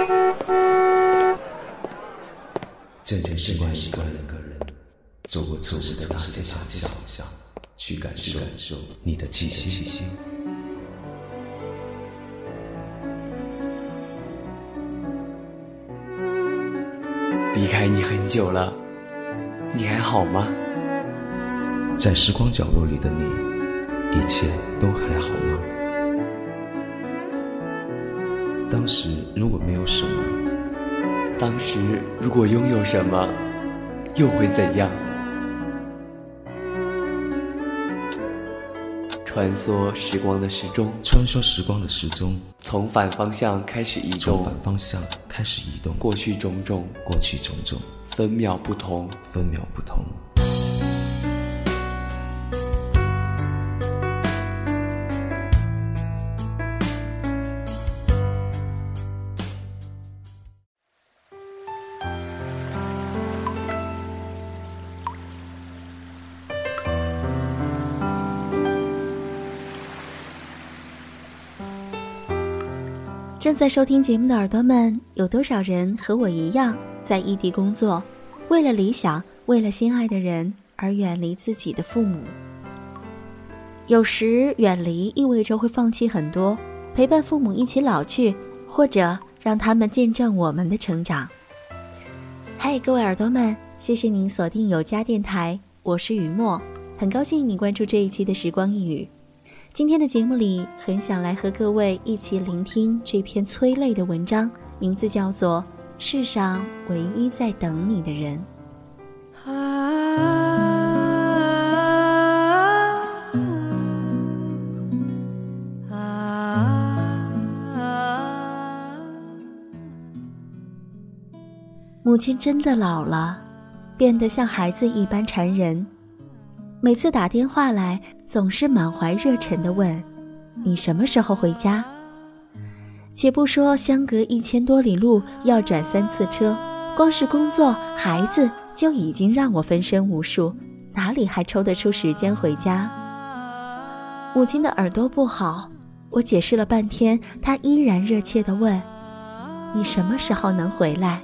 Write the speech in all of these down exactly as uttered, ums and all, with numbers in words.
渐渐习惯一个人走过错误的大街小巷，去感受你的气息。 离开你很久了，你还好吗？ 在时光角落里的你，一切都还好吗？当时如果没有什么， 当时如果拥有什么，又会怎样？穿梭时光的时钟， 穿梭时光的时钟， 从反方向开始移动， 从反方向开始移动， 过去种种， 过去种种， 分秒不同， 分秒不同。 正在收听节目的耳朵们，有多少人和我一样在异地工作，为了理想，为了心爱的人而远离自己的父母？有时远离意味着会放弃很多，陪伴父母一起老去，或者让他们见证我们的成长。嗨，各位耳朵们，谢谢您锁定有家电台，我是雨墨，很高兴你关注这一期的时光一语。今天的节目里，很想来和各位一起聆听这篇催泪的文章，名字叫做《世上唯一在等你的人》。母亲真的老了，变得像孩子一般缠人。每次打电话来，总是满怀热忱地问：你什么时候回家？且不说相隔一千多里路要转三次车，光是工作孩子就已经让我分身无术，哪里还抽得出时间回家？母亲的耳朵不好，我解释了半天，她依然热切地问：你什么时候能回来？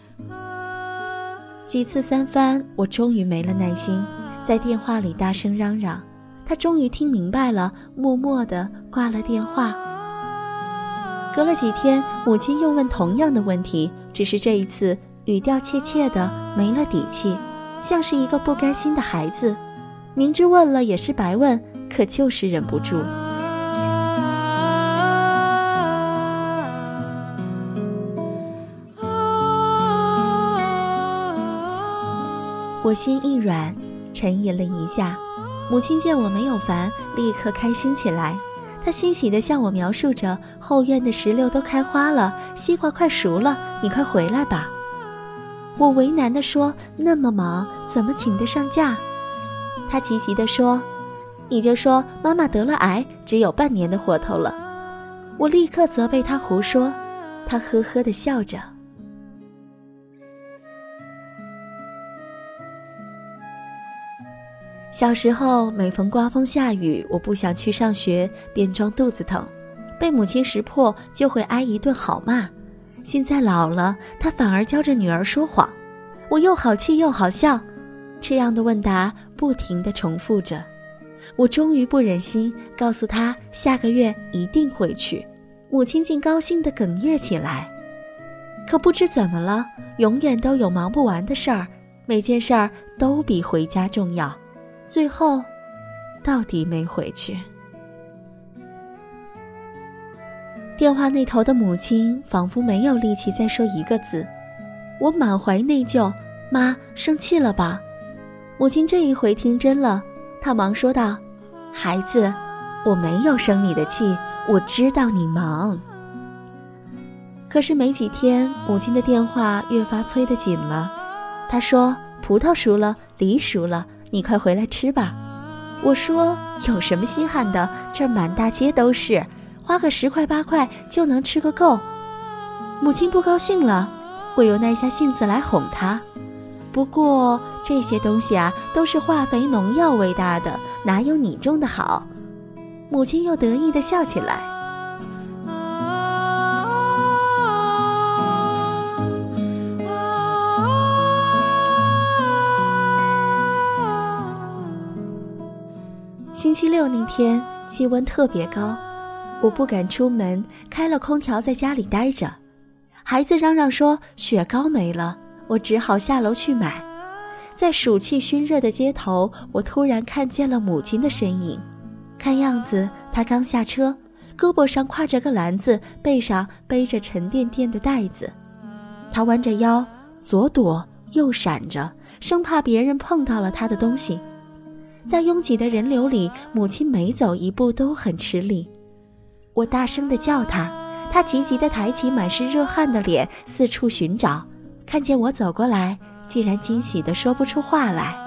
几次三番，我终于没了耐心，在电话里大声嚷嚷，他终于听明白了，默默地挂了电话。隔了几天，母亲又问同样的问题，只是这一次语调怯怯的，没了底气，像是一个不甘心的孩子，明知问了也是白问，可就是忍不住。我心一软，沉吟了一下。母亲见我没有烦，立刻开心起来。她欣喜地向我描述着后院的石榴都开花了，西瓜快熟了，你快回来吧。我为难地说，那么忙怎么请得上假？她急急地说，你就说妈妈得了癌，只有半年的活头了。我立刻责备她胡说，她呵呵地笑着。小时候每逢刮风下雨，我不想去上学，便装肚子疼，被母亲识破就会挨一顿好骂。现在老了，她反而教着女儿说谎，我又好气又好笑，这样的问答不停地重复着。我终于不忍心，告诉她下个月一定回去，母亲竟高兴地哽咽起来。可不知怎么了，永远都有忙不完的事儿，每件事儿都比回家重要。最后到底没回去。电话那头的母亲仿佛没有力气再说一个字。我满怀内疚，妈生气了吧？母亲这一回听真了，她忙说道，孩子，我没有生你的气，我知道你忙。可是没几天，母亲的电话越发催得紧了。她说，葡萄熟了，梨熟了，你快回来吃吧。我说，有什么稀罕的，这儿满大街都是，花个十块八块就能吃个够。母亲不高兴了，我又耐下性子来哄她。不过这些东西啊，都是化肥农药喂大的，哪有你种的好？母亲又得意地笑起来。 星期六那天气温特别高，我不敢出门，开了空调在家里待着。孩子嚷嚷说雪糕没了，我只好下楼去买。在暑气熏热的街头，我突然看见了母亲的身影。看样子她刚下车，胳膊上挎着个篮子，背上背着沉甸甸的袋子。她弯着腰，左躲右闪着，生怕别人碰到了她的东西。在拥挤的人流里，母亲每走一步都很吃力。我大声地叫她，她急急地抬起满是热汗的脸，四处寻找，看见我走过来，竟然惊喜地说不出话来。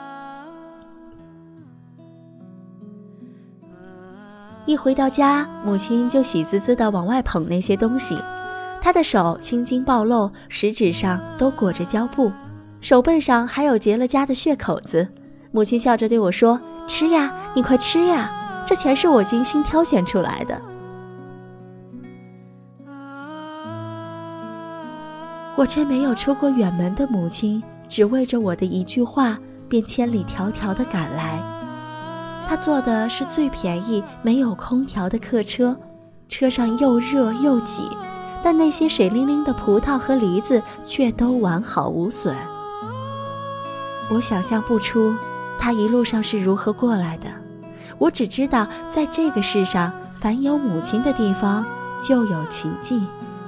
一回到家，母亲就喜滋滋地往外捧那些东西，她的手青筋暴露，食指上都裹着胶布，手背上还有结了痂的血口子。母亲笑着对我说：“吃呀，你快吃呀，这全是我精心挑选出来的。”我却没有出过远门的母亲，只为着我的一句话，便千里迢迢地赶来。她坐的是最便宜、没有空调的客车，车上又热又挤，但那些水灵灵的葡萄和梨子却都完好无损。我想象不出她一路上是如何过来的，我只知道在这个世上，凡有母亲的地方就有奇迹。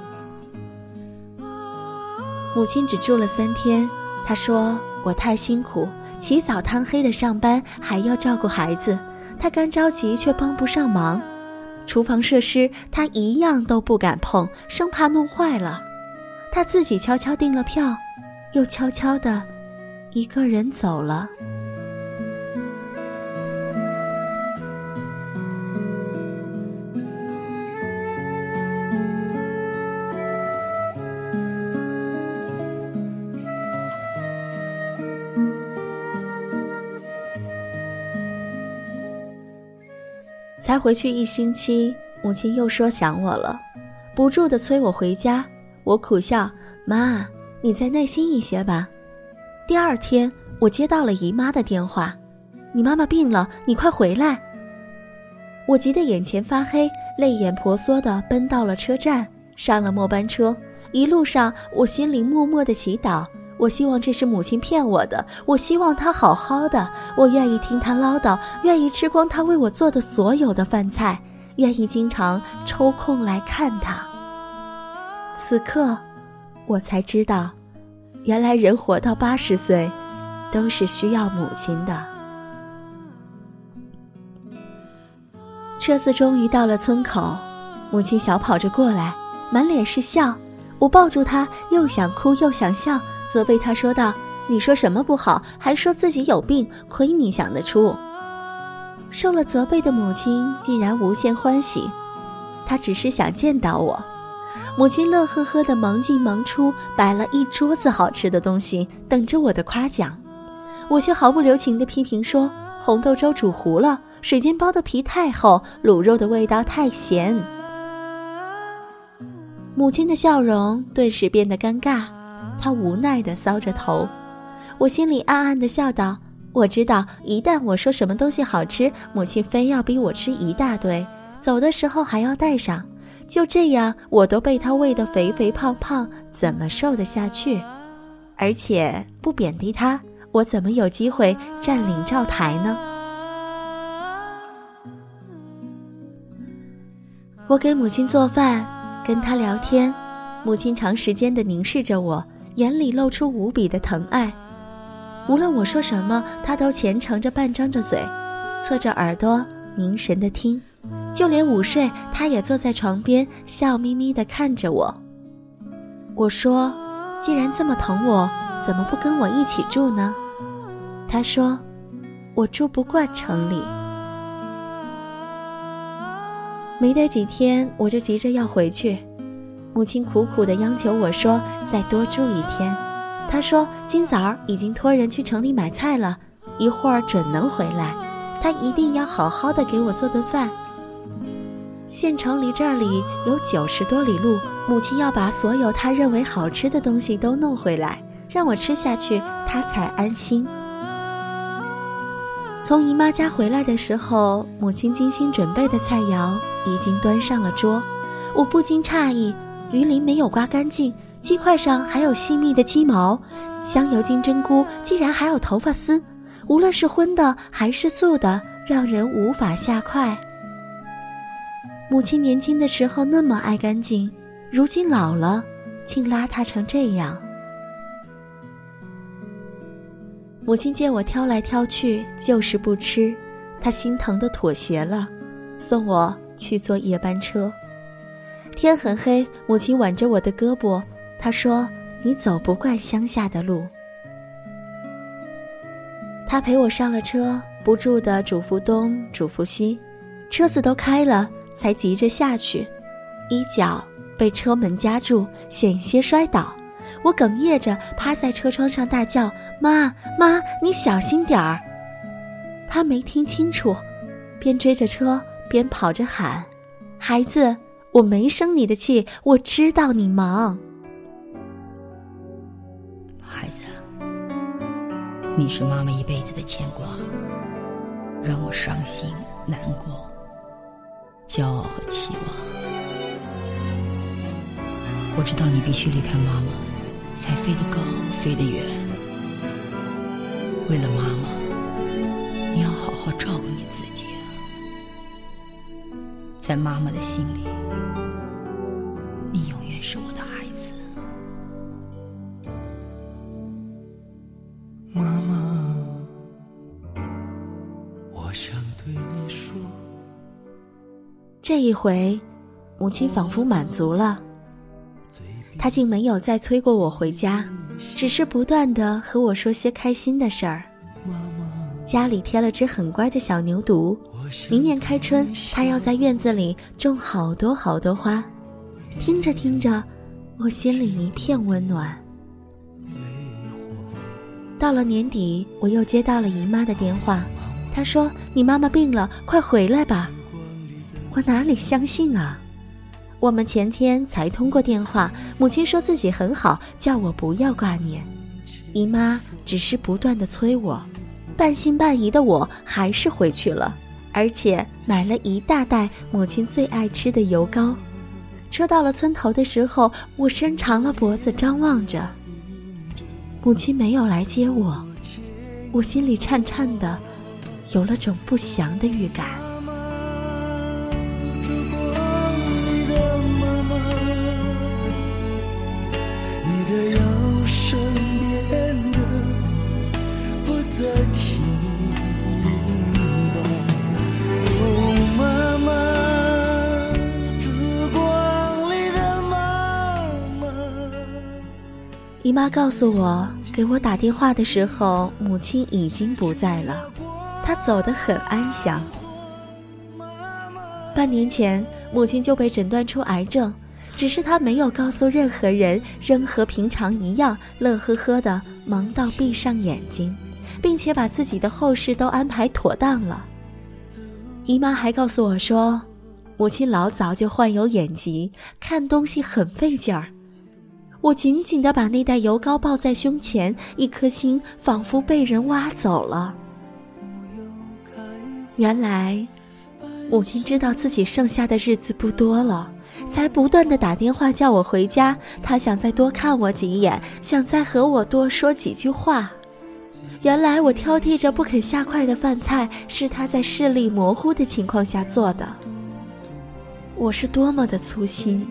母亲只住了三天，她说我太辛苦，起早贪黑的上班，还要照顾孩子，她干着急却帮不上忙。厨房设施她一样都不敢碰，生怕弄坏了。她自己悄悄订了票，又悄悄地一个人走了。才回去一星期，母亲又说想我了，不住地催我回家。我苦笑，妈，你再耐心一些吧。第二天，我接到了姨妈的电话，你妈妈病了，你快回来。我急得眼前发黑，泪眼婆娑地奔到了车站，上了末班车。一路上，我心里默默地祈祷，我希望这是母亲骗我的，我希望她好好的，我愿意听她唠叨，愿意吃光她为我做的所有的饭菜，愿意经常抽空来看她。此刻，我才知道，原来人活到八十岁，都是需要母亲的。车子终于到了村口，母亲小跑着过来，满脸是笑。我抱住她，又想哭又想笑，责备他说道：“你说什么不好，还说自己有病，亏你想得出。”受了责备的母亲竟然无限欢喜，她只是想见到我。母亲乐呵呵地忙进忙出，摆了一桌子好吃的东西，等着我的夸奖。我却毫不留情地批评说：“红豆粥煮糊了，水煎包的皮太厚，卤肉的味道太咸。”母亲的笑容顿时变得尴尬，她无奈地搔着头。我心里暗暗地笑道：我知道一旦我说什么东西好吃，母亲非要逼我吃一大堆，走的时候还要带上，就这样我都被她喂得肥肥胖胖，怎么瘦得下去？而且不贬低她，我怎么有机会占领灶台呢？我给母亲做饭，跟她聊天，母亲长时间地凝视着我，眼里露出无比的疼爱。无论我说什么，她都虔诚着半张着嘴，侧着耳朵凝神地听。就连午睡，她也坐在床边，笑眯眯地看着我。我说：既然这么疼我，怎么不跟我一起住呢？她说：我住不惯城里。没待几天，我就急着要回去。母亲苦苦地央求我说再多住一天。她说今早已经托人去城里买菜了，一会儿准能回来，她一定要好好的给我做顿饭。县城离这里有九十多里路，母亲要把所有她认为好吃的东西都弄回来，让我吃下去，她才安心。 从姨妈家回来的时候，母亲精心准备的菜肴已经端上了桌。我不禁诧异，鱼鳞没有刮干净，鸡块上还有细密的鸡毛，香油金针菇竟然还有头发丝，无论是荤的还是素的，让人无法下筷。母亲年轻的时候那么爱干净，如今老了，竟邋遢成这样。母亲见我挑来挑去，就是不吃，她心疼地妥协了，送我去坐夜班车。天很黑，母亲挽着我的胳膊，她说：“你走不惯乡下的路。”她陪我上了车，不住地嘱咐东嘱咐西，车子都开了，才急着下去，一脚被车门夹住，险些摔倒。我哽咽着趴在车窗上大叫：“妈妈，你小心点儿！”他没听清楚，边追着车边跑着喊：“孩子，我没生你的气，我知道你忙。” 孩子，你是妈妈一辈子的牵挂，让我伤心难过，骄傲和期望。我知道你必须离开妈妈，才飞得高，飞得远。为了妈妈，你要好好照顾你自己。在妈妈的心里，你永远是我的孩子。 妈妈，我想对你说。 这一回，母亲仿佛满足了。她竟没有再催过我回家，只是不断地和我说些开心的事儿。家里添了只很乖的小牛犊，明年开春，她要在院子里种好多好多花。听着听着，我心里一片温暖。到了年底，我又接到了姨妈的电话，她说：“你妈妈病了，快回来吧。”我哪里相信啊！我们前天才通过电话，母亲说自己很好，叫我不要挂念。姨妈只是不断地催我，半信半疑的我还是回去了，而且买了一大袋母亲最爱吃的油糕。车到了村头的时候，我伸长了脖子张望着，母亲没有来接我，我心里颤颤的，有了种不祥的预感。 你的腰身变得不再挺拔，哦，妈妈，烛光里的妈妈。 姨妈告诉我，给我打电话的时候，母亲已经不在了，她走得很安详。半年前，母亲就被诊断出癌症，只是她没有告诉任何人，仍和平常一样乐呵呵地忙到闭上眼睛，并且把自己的后事都安排妥当了。姨妈还告诉我说，母亲老早就患有眼疾，看东西很费劲儿。我紧紧地把那袋油膏抱在胸前，一颗心仿佛被人挖走了。原来母亲知道自己剩下的日子不多了，才不断地打电话叫我回家，她想再多看我几眼，想再和我多说几句话。原来我挑剔着不肯下筷的饭菜，是她在视力模糊的情况下做的。我是多么的粗心。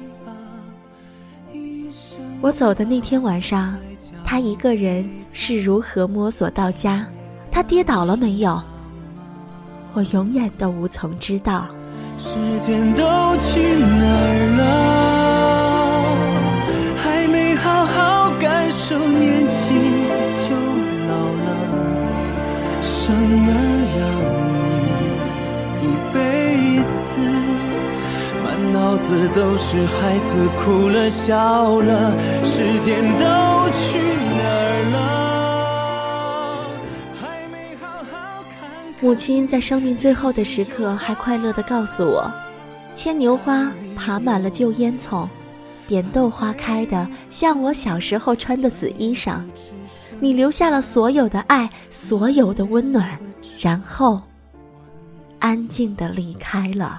我走的那天晚上，她一个人是如何摸索到家，她跌倒了没有，我永远都无从知道。 时间都去哪儿了？还没好好感受年轻就老了，生儿养女一辈子，满脑子都是孩子哭了笑了，时间都去哪儿了？还没好好看。 母亲在生命最后的时刻还快乐地告诉我，牵牛花爬满了旧烟囱，扁豆花开的像我小时候穿的紫衣裳，你留下了所有的爱，所有的温暖， 然后安静地离开了。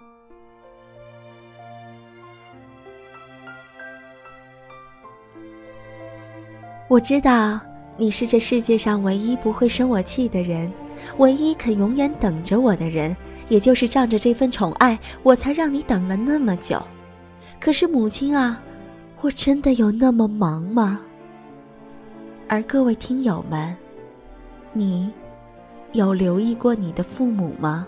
我知道你是这世界上唯一不会生我气的人，唯一肯永远等着我的人，也就是仗着这份宠爱，我才让你等了那么久。可是母亲啊，我真的有那么忙吗？而各位听友们，你有留意过你的父母吗？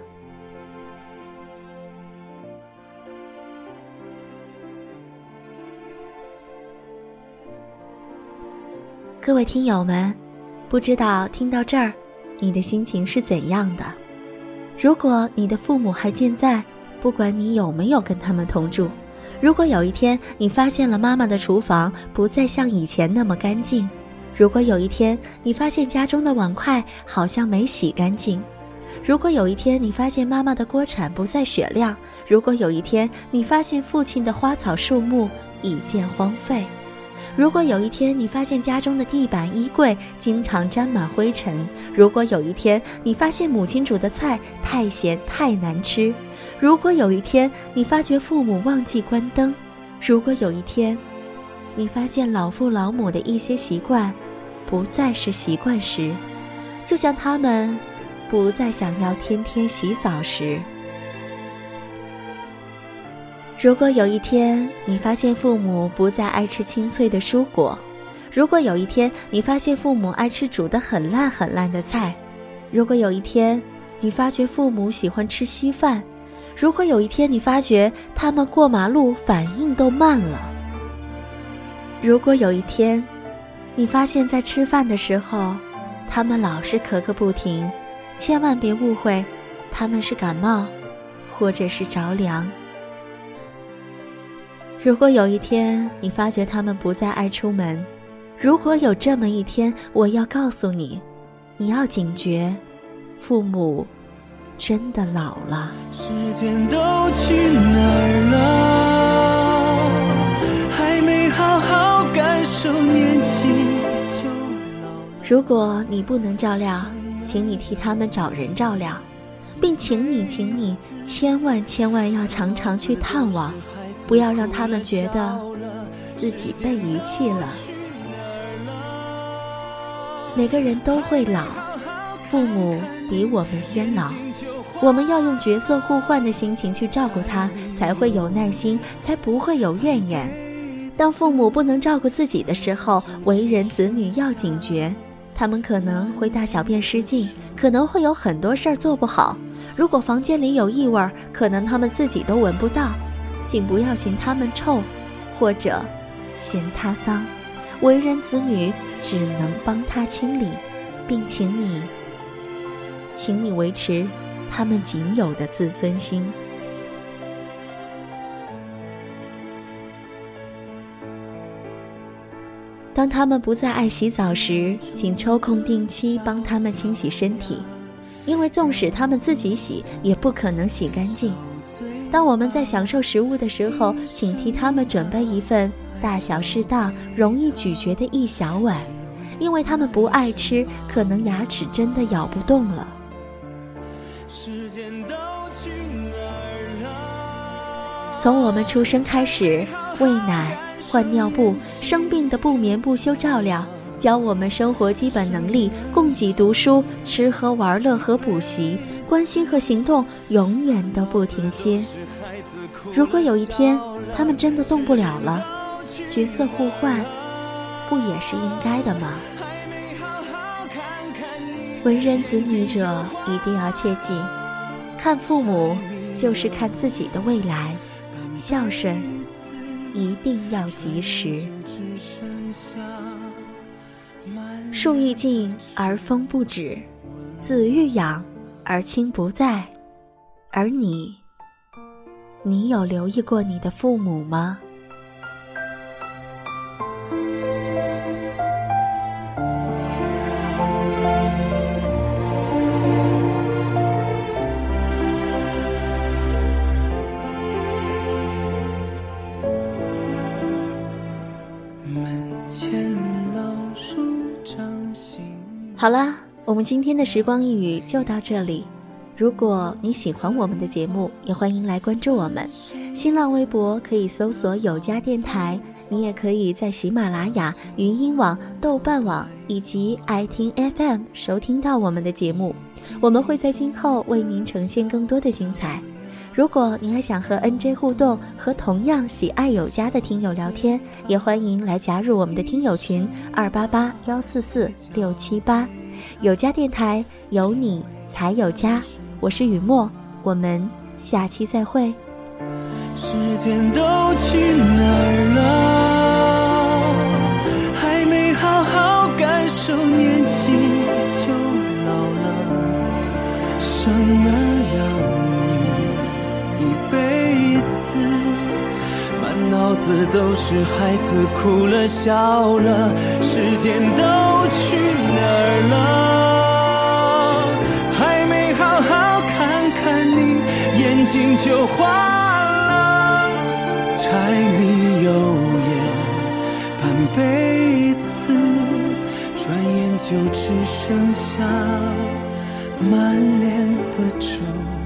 各位听友们，不知道听到这儿，你的心情是怎样的？如果你的父母还健在，不管你有没有跟他们同住，如果有一天你发现了妈妈的厨房不再像以前那么干净，如果有一天你发现家中的碗筷好像没洗干净，如果有一天你发现妈妈的锅铲不再雪亮，如果有一天你发现父亲的花草树木已渐荒废，如果有一天你发现家中的地板衣柜经常沾满灰尘，如果有一天你发现母亲煮的菜太咸太难吃，如果有一天你发觉父母忘记关灯，如果有一天你发现老父老母的一些习惯不再是习惯时，就像他们不再想要天天洗澡时，如果有一天你发现父母不再爱吃清脆的蔬果，如果有一天你发现父母爱吃煮得很烂很烂的菜，如果有一天你发觉父母喜欢吃稀饭，如果有一天你发觉他们过马路反应都慢了，如果有一天你发现在吃饭的时候他们老是咳个不停，千万别误会，他们是感冒或者是着凉。如果有一天你发觉他们不再爱出门，如果有这么一天，我要告诉你，你要警觉，父母真的老了。 时间都去哪儿了？还没好好感受年轻就老了。 如果你不能照料，请你替他们找人照料，并请你请你千万千万要常常去探望，不要让他们觉得自己被遗弃了。每个人都会老，父母比我们先老，我们要用角色互换的心情去照顾他，才会有耐心，才不会有怨言。当父母不能照顾自己的时候，为人子女要警觉，他们可能会大小便失禁，可能会有很多事儿做不好，如果房间里有异味，可能他们自己都闻不到，请不要嫌他们臭，或者嫌他脏，为人子女只能帮他清理，并请你请你维持他们仅有的自尊心。当他们不再爱洗澡时，请抽空定期帮他们清洗身体，因为纵使他们自己洗，也不可能洗干净。当我们在享受食物的时候，请替他们准备一份大小适当、容易咀嚼的一小碗，因为他们不爱吃，可能牙齿真的咬不动了。 时间都去哪儿了？ 从我们出生开始，喂奶、换尿布，生病的不眠不休照料，教我们生活基本能力，供给读书、吃喝玩乐和补习，关心和行动永远都不停歇。如果有一天他们真的动不了了，角色互换不也是应该的吗？为人子女者一定要切记，看父母就是看自己的未来，孝顺一定要及时。树欲静而风不止，子欲养而亲不在。而你，你有留意过你的父母吗？好了， 我们今天的时光一语就到这里。如果你喜欢我们的节目，也欢迎来关注我们。新浪微博可以搜索有家电台，你也可以在喜马拉雅、云音网、豆瓣网以及爱听 F M 收听到我们的节目。我们会在今后为您呈现更多的精彩。如果你还想和 N J 互动，和同样喜爱有家的听友聊天，也欢迎来加入我们的听友群二八八幺四四六七八。有家电台，有你才有家。我是雨墨，我们下期再会。 时间都去哪儿了？还没好好感受年轻就老了。生儿养女一辈子，满脑子都是孩子哭了笑了。时间都去哪儿了？好好看看你，眼睛就花了。柴米油盐半辈子，转眼就只剩下满脸的皱。